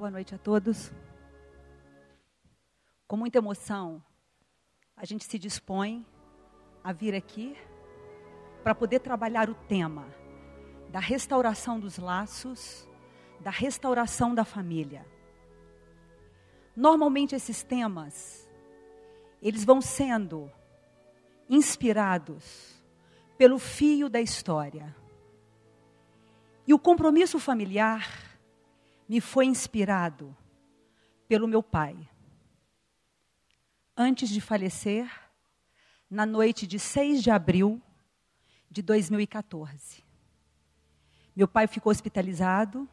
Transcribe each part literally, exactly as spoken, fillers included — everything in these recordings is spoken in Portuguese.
Boa noite a todos. Com muita emoção, a gente se dispõe a vir aqui para poder trabalhar o tema da restauração dos laços, da restauração da família. Normalmente esses temas, eles vão sendo inspirados pelo fio da história. E o compromisso familiar me foi inspirado pelo meu pai. Antes de falecer, na noite de seis de abril de dois mil e quatorze. Meu pai ficou hospitalizado,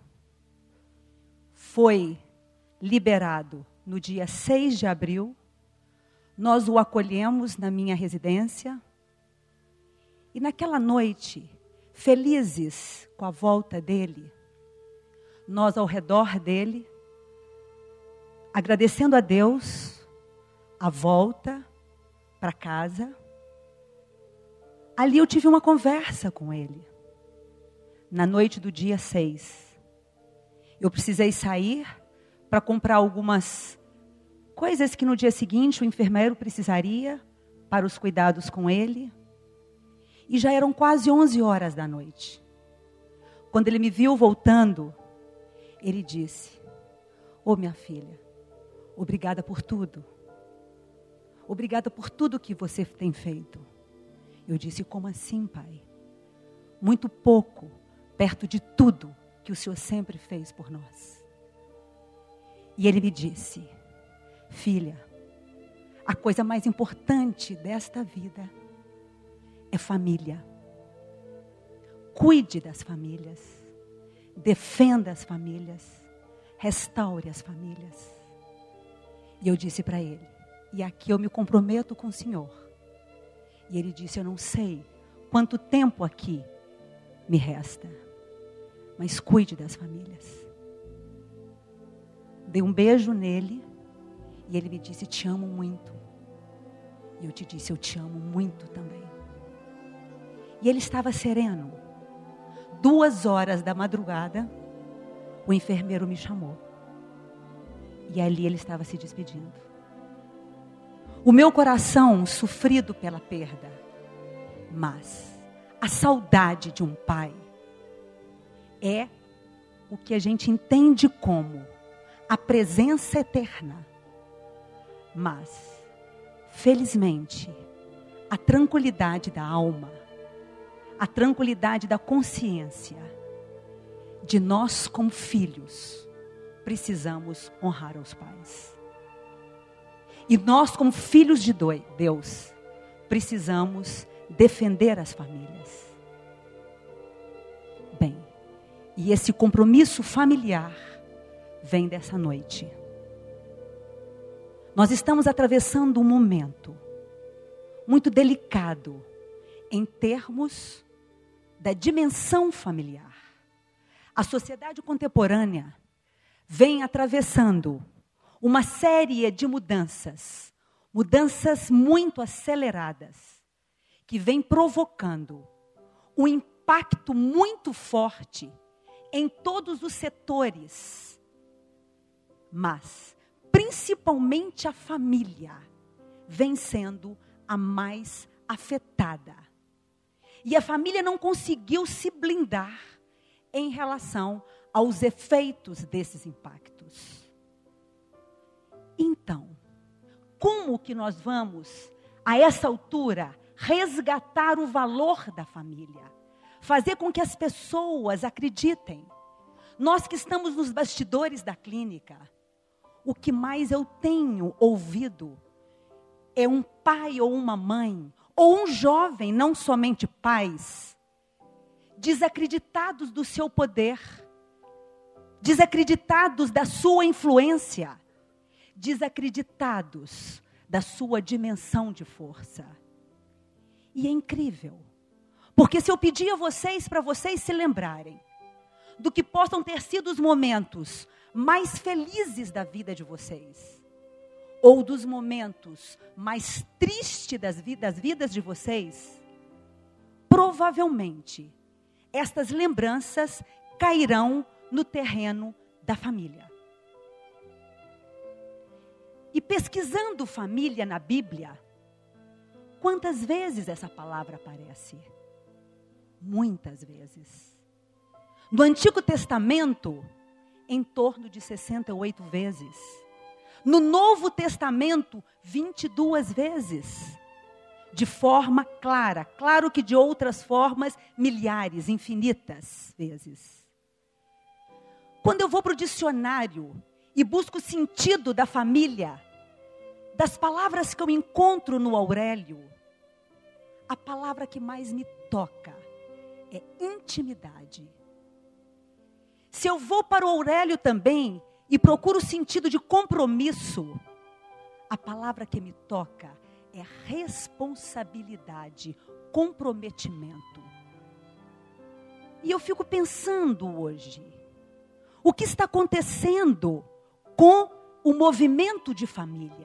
foi liberado no dia seis de abril. Nós o acolhemos na minha residência. E naquela noite, felizes com a volta dele, nós ao redor dele, agradecendo a Deus a volta para casa. Ali eu tive uma conversa com ele, na noite do dia seis. Eu precisei sair para comprar algumas coisas que no dia seguinte o enfermeiro precisaria para os cuidados com ele. E já eram quase onze horas da noite. Quando ele me viu voltando, ele disse: "Ô minha filha, obrigada por tudo. Obrigada por tudo que você tem feito." Eu disse: "Como assim, pai? Muito pouco, perto de tudo que o Senhor sempre fez por nós." E ele me disse: "Filha, a coisa mais importante desta vida é família. Cuide das famílias. Defenda as famílias. Restaure as famílias." E eu disse para ele: "E aqui eu me comprometo com o Senhor." E ele disse: "Eu não sei quanto tempo aqui me resta, mas cuide das famílias." Dei um beijo nele e ele me disse: "Te amo muito." E eu te disse: "Eu te amo muito também." E ele estava sereno. Duas horas da madrugada, o enfermeiro me chamou. E ali ele estava se despedindo. O meu coração sofrido pela perda, mas a saudade de um pai é o que a gente entende como a presença eterna. Mas, felizmente, a tranquilidade da alma, a tranquilidade da consciência de nós como filhos precisamos honrar os pais. E nós como filhos de Deus precisamos defender as famílias. Bem, e esse compromisso familiar vem dessa noite. Nós estamos atravessando um momento muito delicado em termos da dimensão familiar. A sociedade contemporânea vem atravessando uma série de mudanças, mudanças muito aceleradas, que vem provocando um impacto muito forte em todos os setores, mas principalmente a família vem sendo a mais afetada. E a família não conseguiu se blindar em relação aos efeitos desses impactos. Então, como que nós vamos, a essa altura, resgatar o valor da família? Fazer com que as pessoas acreditem. Nós que estamos nos bastidores da clínica, o que mais eu tenho ouvido é um pai ou uma mãe, ou um jovem, não somente pais, desacreditados do seu poder, desacreditados da sua influência, desacreditados da sua dimensão de força. E é incrível, porque se eu pedir a vocês, para vocês se lembrarem do que possam ter sido os momentos mais felizes da vida de vocês, ou dos momentos mais tristes das vidas, das vidas de vocês, provavelmente estas lembranças cairão no terreno da família. E pesquisando família na Bíblia, quantas vezes essa palavra aparece? Muitas vezes. No Antigo Testamento, em torno de sessenta e oito vezes. No Novo Testamento, vinte e duas vezes. De forma clara. Claro que de outras formas, milhares, infinitas vezes. Quando eu vou para o dicionário e busco o sentido da família, das palavras que eu encontro no Aurélio, a palavra que mais me toca é intimidade. Se eu vou para o Aurélio também e procuro o sentido de compromisso, a palavra que me toca é responsabilidade, comprometimento. E eu fico pensando hoje, o que está acontecendo com o movimento de família?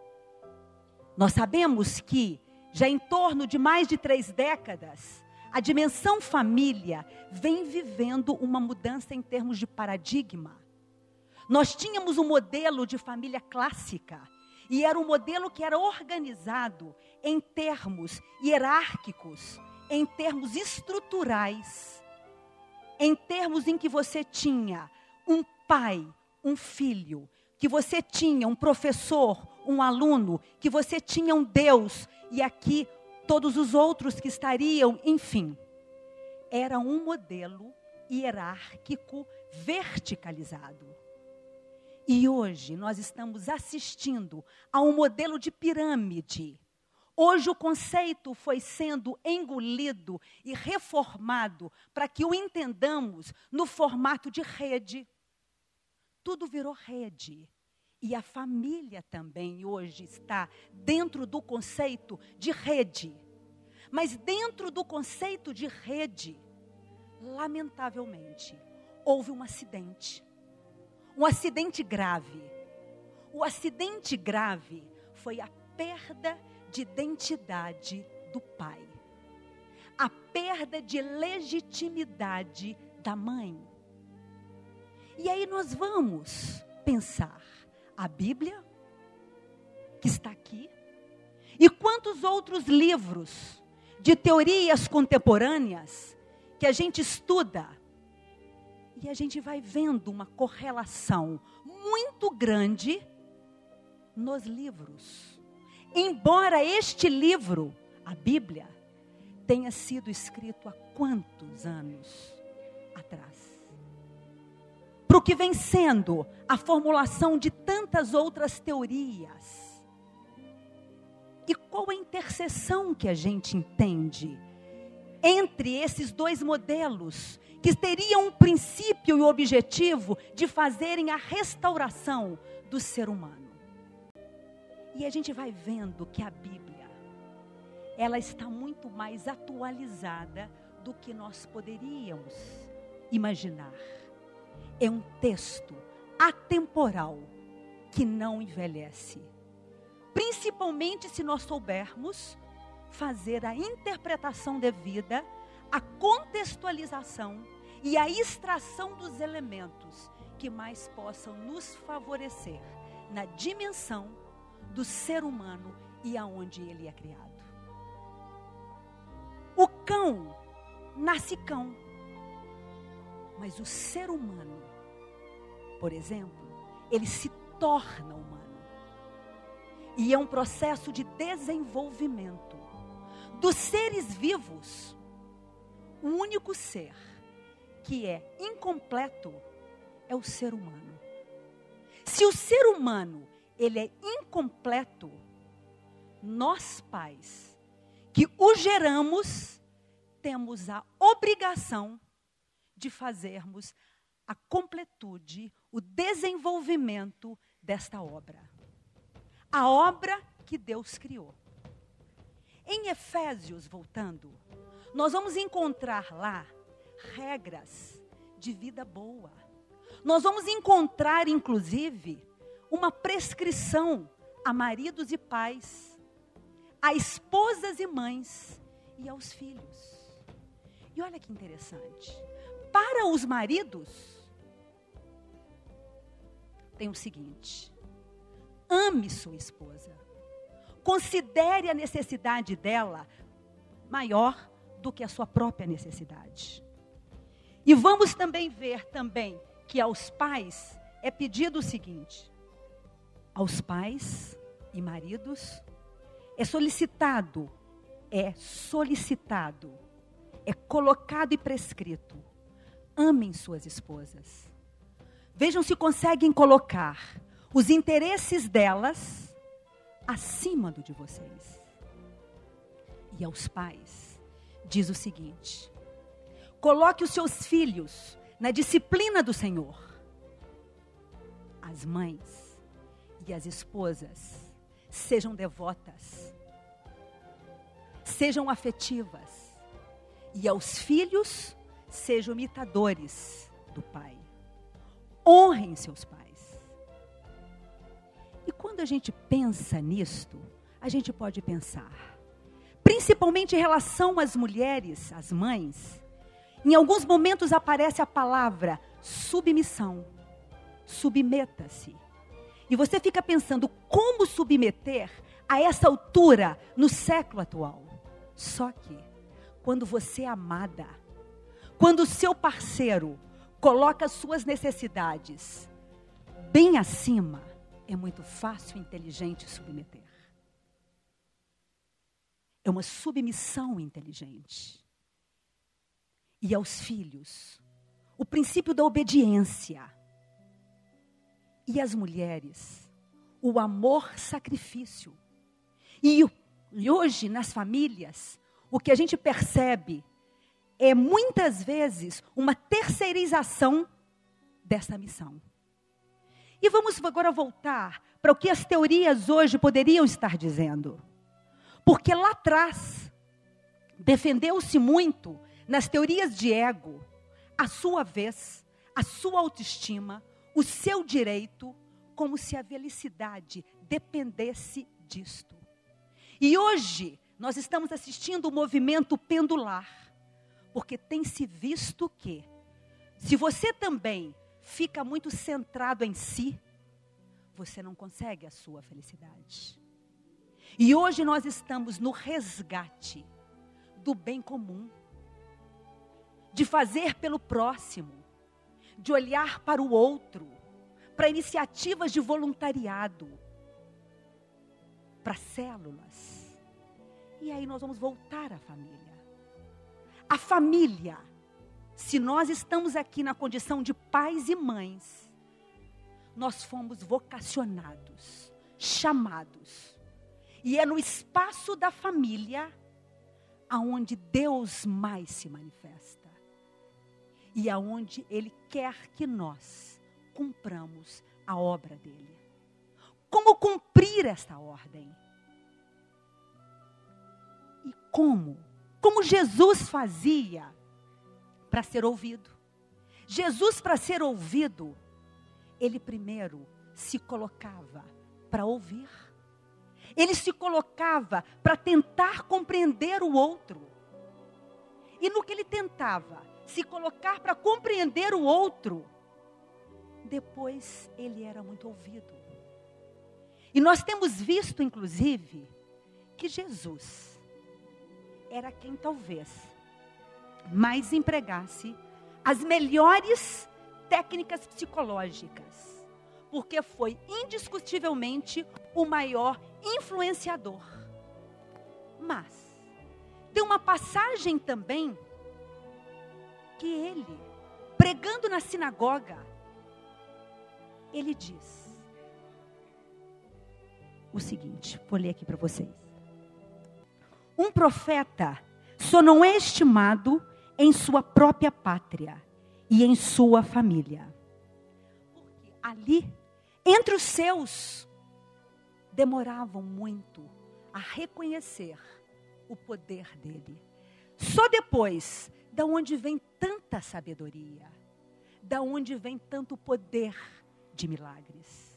Nós sabemos que já em torno de mais de três décadas, a dimensão família vem vivendo uma mudança em termos de paradigma. Nós tínhamos um modelo de família clássica, e era um modelo que era organizado em termos hierárquicos, em termos estruturais, em termos em que você tinha um pai, um filho, que você tinha um professor, um aluno, que você tinha um Deus, e aqui todos os outros que estariam, enfim. Era um modelo hierárquico verticalizado. E hoje nós estamos assistindo a um modelo de pirâmide. Hoje o conceito foi sendo engolido e reformado para que o entendamos no formato de rede. Tudo virou rede. E a família também hoje está dentro do conceito de rede. Mas dentro do conceito de rede, lamentavelmente, houve um acidente. Um acidente grave. O acidente grave foi a perda de identidade do pai. A perda de legitimidade da mãe. E aí nós vamos pensar. A Bíblia, que está aqui, e quantos outros livros de teorias contemporâneas que a gente estuda, e a gente vai vendo uma correlação muito grande nos livros. Embora este livro, a Bíblia, tenha sido escrito há quantos anos atrás? Para o que vem sendo a formulação de tantas outras teorias. E qual a interseção que a gente entende entre esses dois modelos, que teriam o princípio e o objetivo de fazerem a restauração do ser humano? E a gente vai vendo que a Bíblia, ela está muito mais atualizada do que nós poderíamos imaginar. É um texto atemporal que não envelhece. Principalmente se nós soubermos fazer a interpretação devida, a contextualização e a extração dos elementos que mais possam nos favorecer na dimensão do ser humano e aonde ele é criado. O cão nasce cão, mas o ser humano, por exemplo, ele se torna humano. E é um processo de desenvolvimento. Dos seres vivos, o único ser que é incompleto é o ser humano. Se o ser humano, ele é incompleto, nós pais, que o geramos, temos a obrigação de fazermos a completude, o desenvolvimento desta obra. A obra que Deus criou. Em Efésios, voltando, nós vamos encontrar lá regras de vida boa. Nós vamos encontrar, inclusive, uma prescrição a maridos e pais, a esposas e mães e aos filhos. E olha que interessante. Para os maridos, tem o seguinte: ame sua esposa. Considere a necessidade dela maior do que a sua própria necessidade. E vamos também ver também que aos pais é pedido o seguinte: aos pais e maridos é solicitado, é solicitado, é colocado e prescrito: amem suas esposas. Vejam se conseguem colocar os interesses delas acima do de vocês. E aos pais diz o seguinte: coloque os seus filhos na disciplina do Senhor. As mães e as esposas sejam devotas, sejam afetivas, e aos filhos sejam imitadores do pai. Honrem seus pais. E quando a gente pensa nisto, a gente pode pensar, principalmente em relação às mulheres, às mães, em alguns momentos aparece a palavra submissão. Submeta-se. E você fica pensando, como submeter a essa altura no século atual? Só que, quando você é amada, quando o seu parceiro coloca as suas necessidades bem acima, é muito fácil e inteligente submeter. É uma submissão inteligente. E aos filhos, o princípio da obediência. E as mulheres, o amor-sacrifício. E, e hoje, nas famílias, o que a gente percebe é muitas vezes uma terceirização dessa missão. E vamos agora voltar para o que as teorias hoje poderiam estar dizendo. Porque lá atrás, defendeu-se muito, nas teorias de ego, a sua vez, a sua autoestima, o seu direito, como se a felicidade dependesse disto. E hoje, nós estamos assistindo um movimento pendular, porque tem se visto que, se você também fica muito centrado em si, você não consegue a sua felicidade. E hoje nós estamos no resgate do bem comum, de fazer pelo próximo, de olhar para o outro, para iniciativas de voluntariado, para células. E aí nós vamos voltar à família. A família, se nós estamos aqui na condição de pais e mães, nós fomos vocacionados, chamados. E é no espaço da família aonde Deus mais se manifesta. E aonde Ele quer que nós cumpramos a obra dEle. Como cumprir esta ordem? E como? Como Jesus fazia para ser ouvido? Jesus, para ser ouvido, Ele primeiro se colocava para ouvir. Ele se colocava para tentar compreender o outro. E no que Ele tentava se colocar para compreender o outro, depois Ele era muito ouvido. E nós temos visto, inclusive, que Jesus era quem talvez mais empregasse as melhores técnicas psicológicas, porque foi indiscutivelmente o maior influenciador. Mas tem uma passagem também que ele, pregando na sinagoga, ele diz o seguinte, vou ler aqui para vocês. Um profeta só não é estimado em sua própria pátria e em sua família. Porque ali, entre os seus, demoravam muito a reconhecer o poder dele. Só depois, da onde vem tanta sabedoria, da onde vem tanto poder de milagres.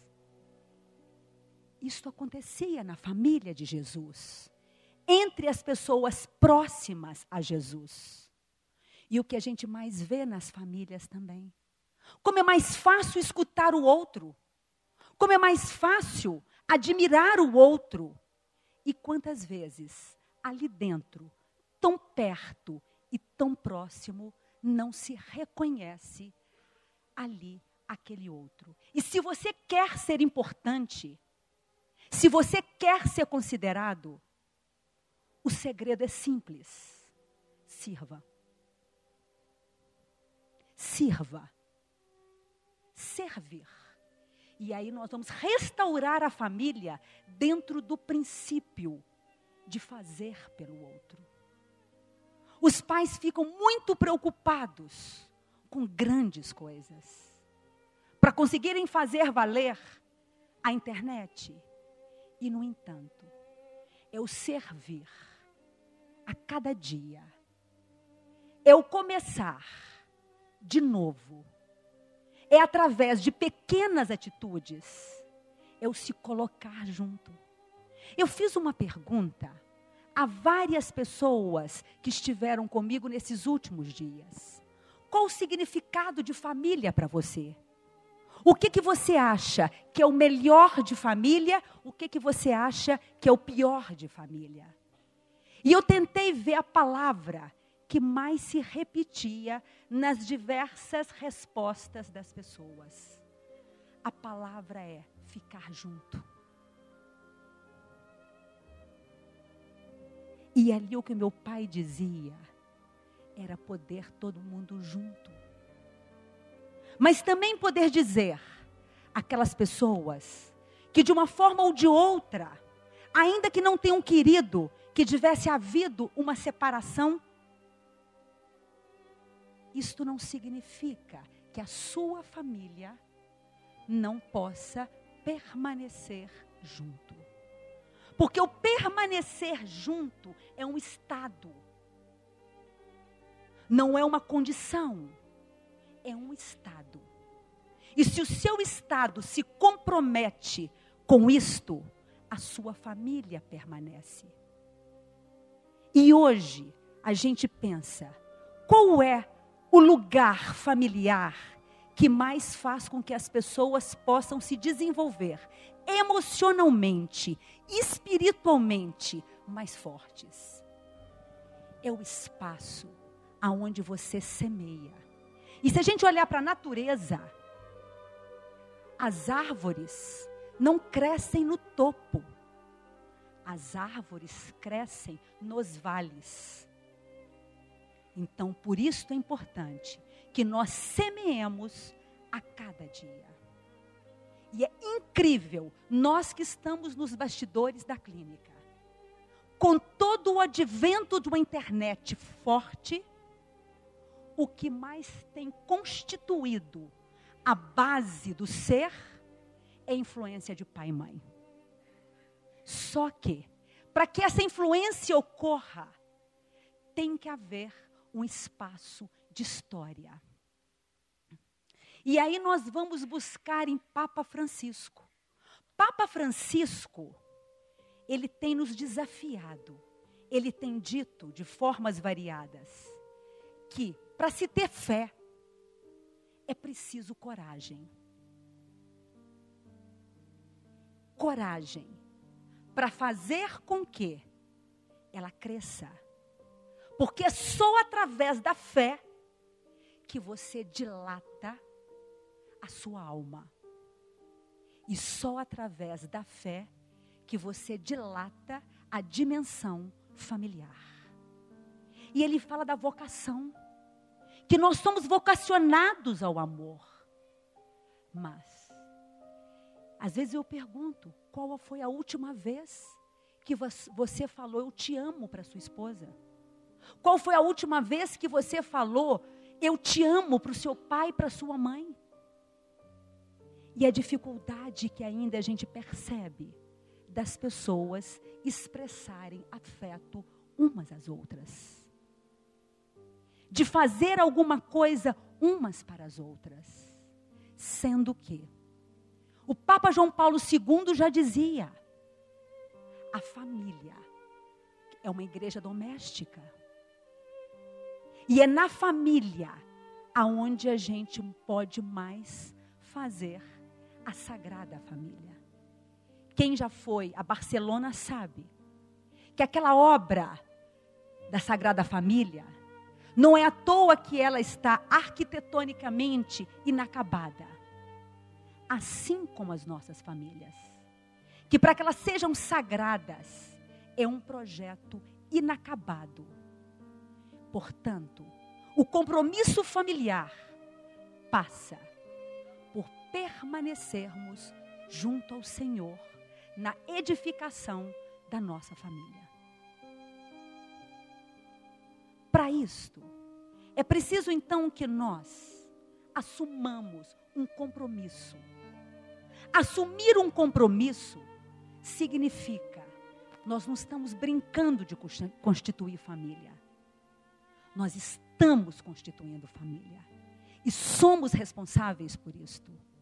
Isto acontecia na família de Jesus, entre as pessoas próximas a Jesus. E o que a gente mais vê nas famílias também. Como é mais fácil escutar o outro. Como é mais fácil admirar o outro. E quantas vezes, ali dentro, tão perto e tão próximo, não se reconhece ali aquele outro. E se você quer ser importante, se você quer ser considerado, o segredo é simples. Sirva. Sirva. Servir. E aí nós vamos restaurar a família dentro do princípio de fazer pelo outro. Os pais ficam muito preocupados com grandes coisas. Para conseguirem fazer valer a internet. E, no entanto, é o servir a cada dia. É o começar de novo. É através de pequenas atitudes. É o se colocar junto. Eu fiz uma pergunta a várias pessoas que estiveram comigo nesses últimos dias. Qual o significado de família para você? O que, que você acha que é o melhor de família? O que, que você acha que é o pior de família? E eu tentei ver a palavra que mais se repetia nas diversas respostas das pessoas. A palavra é ficar junto. E ali o que meu pai dizia era poder todo mundo junto. Mas também poder dizer aquelas pessoas que de uma forma ou de outra, ainda que não tenham querido que tivesse havido uma separação, isto não significa que a sua família não possa permanecer junto. Porque o permanecer junto é um estado. Não é uma condição. É um estado. E se o seu estado se compromete com isto, a sua família permanece. E hoje a gente pensa, qual é o lugar familiar que mais faz com que as pessoas possam se desenvolver emocionalmente, espiritualmente mais fortes? É o espaço aonde você semeia. E se a gente olhar para a natureza, as árvores não crescem no topo. As árvores crescem nos vales. Então, por isso é importante que nós semeemos a cada dia. E é incrível, nós que estamos nos bastidores da clínica, com todo o advento de uma internet forte, o que mais tem constituído a base do ser é a influência de pai e mãe. Só que, para que essa influência ocorra, tem que haver um espaço de história. E aí nós vamos buscar em Papa Francisco. Papa Francisco, ele tem nos desafiado, ele tem dito de formas variadas, que para se ter fé, é preciso coragem. Coragem para fazer com que ela cresça. Porque é só através da fé que você dilata a sua alma. E só através da fé que você dilata a dimensão familiar. E ele fala da vocação. Que nós somos vocacionados ao amor. Mas, às vezes eu pergunto, qual foi a última vez que você falou, eu te amo para sua esposa? Qual foi a última vez que você falou, eu te amo para o seu pai e para a sua mãe? E a dificuldade que ainda a gente percebe das pessoas expressarem afeto umas às outras. De fazer alguma coisa umas para as outras. Sendo que o Papa João Paulo segundo já dizia, a família é uma igreja doméstica. E é na família aonde a gente pode mais fazer a Sagrada Família. Quem já foi a Barcelona sabe que aquela obra da Sagrada Família, não é à toa que ela está arquitetonicamente inacabada. Assim como as nossas famílias. Que para que elas sejam sagradas, é um projeto inacabado. Portanto, o compromisso familiar passa por permanecermos junto ao Senhor na edificação da nossa família. Para isto, é preciso então que nós assumamos um compromisso. Assumir um compromisso significa, nós não estamos brincando de constituir família. Nós estamos constituindo família. E somos responsáveis por isto.